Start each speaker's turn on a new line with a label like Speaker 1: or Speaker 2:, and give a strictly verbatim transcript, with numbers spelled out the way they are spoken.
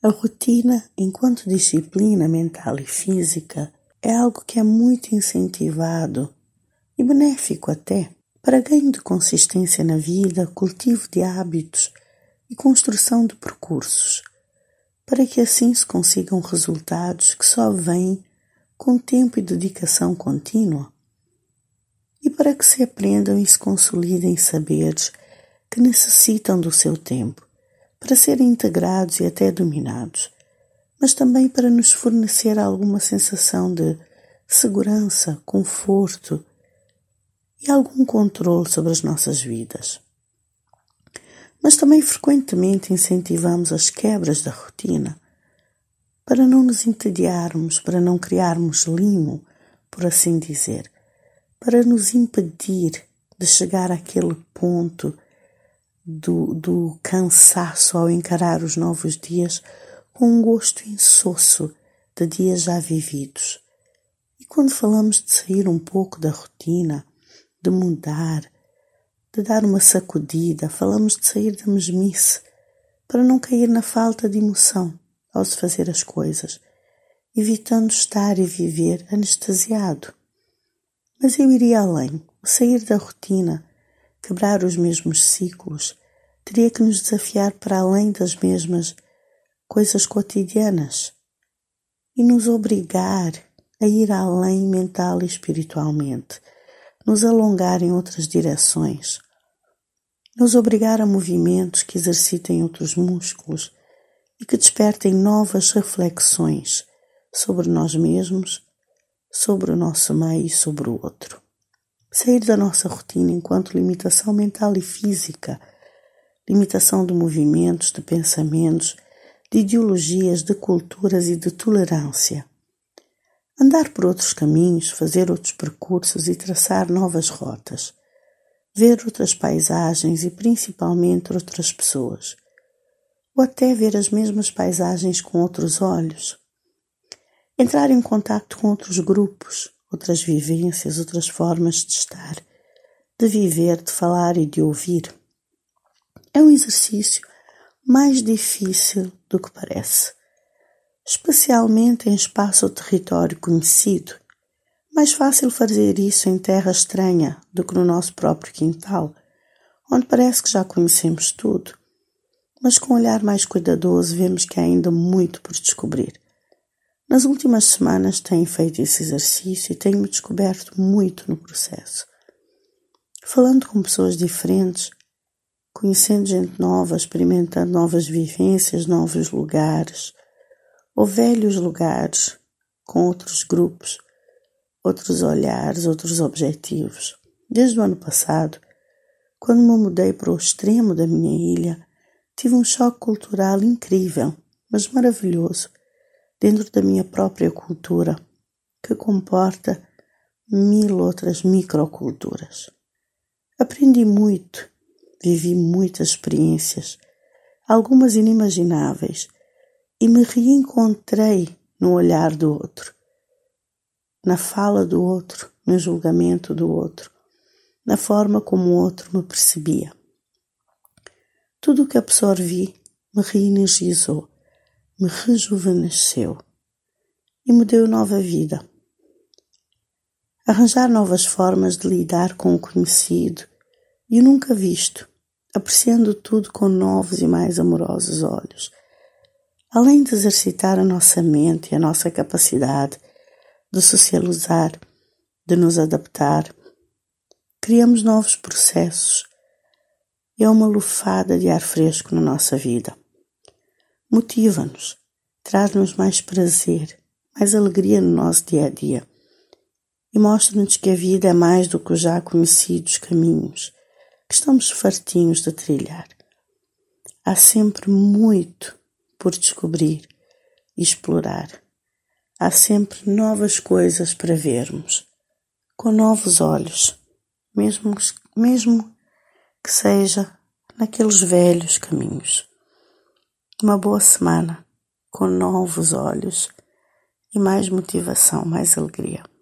Speaker 1: A rotina, enquanto disciplina mental e física, é algo que é muito incentivado e benéfico até para ganho de consistência na vida, cultivo de hábitos e construção de percursos, para que assim se consigam resultados que só vêm com tempo e dedicação contínua, e para que se aprendam e se consolidem saberes que necessitam do seu tempo para serem integrados e até dominados, mas também para nos fornecer alguma sensação de segurança, conforto e algum controle sobre as nossas vidas. Mas também frequentemente incentivamos as quebras da rotina para não nos entediarmos, para não criarmos limo, por assim dizer, para nos impedir de chegar àquele ponto do, do cansaço ao encarar os novos dias com um gosto insosso de dias já vividos. E quando falamos de sair um pouco da rotina, de mudar, de dar uma sacudida, falamos de sair da mesmice, para não cair na falta de emoção ao se fazer as coisas, evitando estar e viver anestesiado. Mas eu iria além. O sair da rotina, quebrar os mesmos ciclos, teria que nos desafiar para além das mesmas coisas cotidianas e nos obrigar a ir além mental e espiritualmente, nos alongar em outras direções, nos obrigar a movimentos que exercitem outros músculos e que despertem novas reflexões sobre nós mesmos, sobre o nosso meio e sobre o outro. Sair da nossa rotina enquanto limitação mental e física, limitação de movimentos, de pensamentos, de ideologias, de culturas e de tolerância. Andar por outros caminhos, fazer outros percursos e traçar novas rotas. Ver outras paisagens e principalmente outras pessoas. Ou até ver as mesmas paisagens com outros olhos. Entrar em contato com outros grupos, outras vivências, outras formas de estar, de viver, de falar e de ouvir. É um exercício mais difícil do que parece, especialmente em espaço ou território conhecido. Mais fácil fazer isso em terra estranha do que no nosso próprio quintal, onde parece que já conhecemos tudo, mas com um olhar mais cuidadoso vemos que há ainda muito por descobrir. Nas últimas semanas tenho feito esse exercício e tenho-me descoberto muito no processo. Falando com pessoas diferentes, conhecendo gente nova, experimentando novas vivências, novos lugares, ou velhos lugares, com outros grupos, outros olhares, outros objetivos. Desde o ano passado, quando me mudei para o extremo da minha ilha, tive um choque cultural incrível, mas maravilhoso, dentro da minha própria cultura, que comporta mil outras microculturas. Aprendi muito, vivi muitas experiências, algumas inimagináveis, e me reencontrei no olhar do outro, na fala do outro, no julgamento do outro, na forma como o outro me percebia. Tudo o que absorvi me reenergizou, me rejuvenesceu e me deu nova vida. Arranjar novas formas de lidar com o conhecido e o nunca visto, apreciando tudo com novos e mais amorosos olhos. Além de exercitar a nossa mente e a nossa capacidade de socializar, de nos adaptar, criamos novos processos e é uma lufada de ar fresco na nossa vida. Motiva-nos, traz-nos mais prazer, mais alegria no nosso dia a dia e mostra-nos que a vida é mais do que os já conhecidos caminhos que estamos fartinhos de trilhar. Há sempre muito por descobrir e explorar. Há sempre novas coisas para vermos, com novos olhos, mesmo, mesmo que seja naqueles velhos caminhos. Uma boa semana, com novos olhos e mais motivação, mais alegria.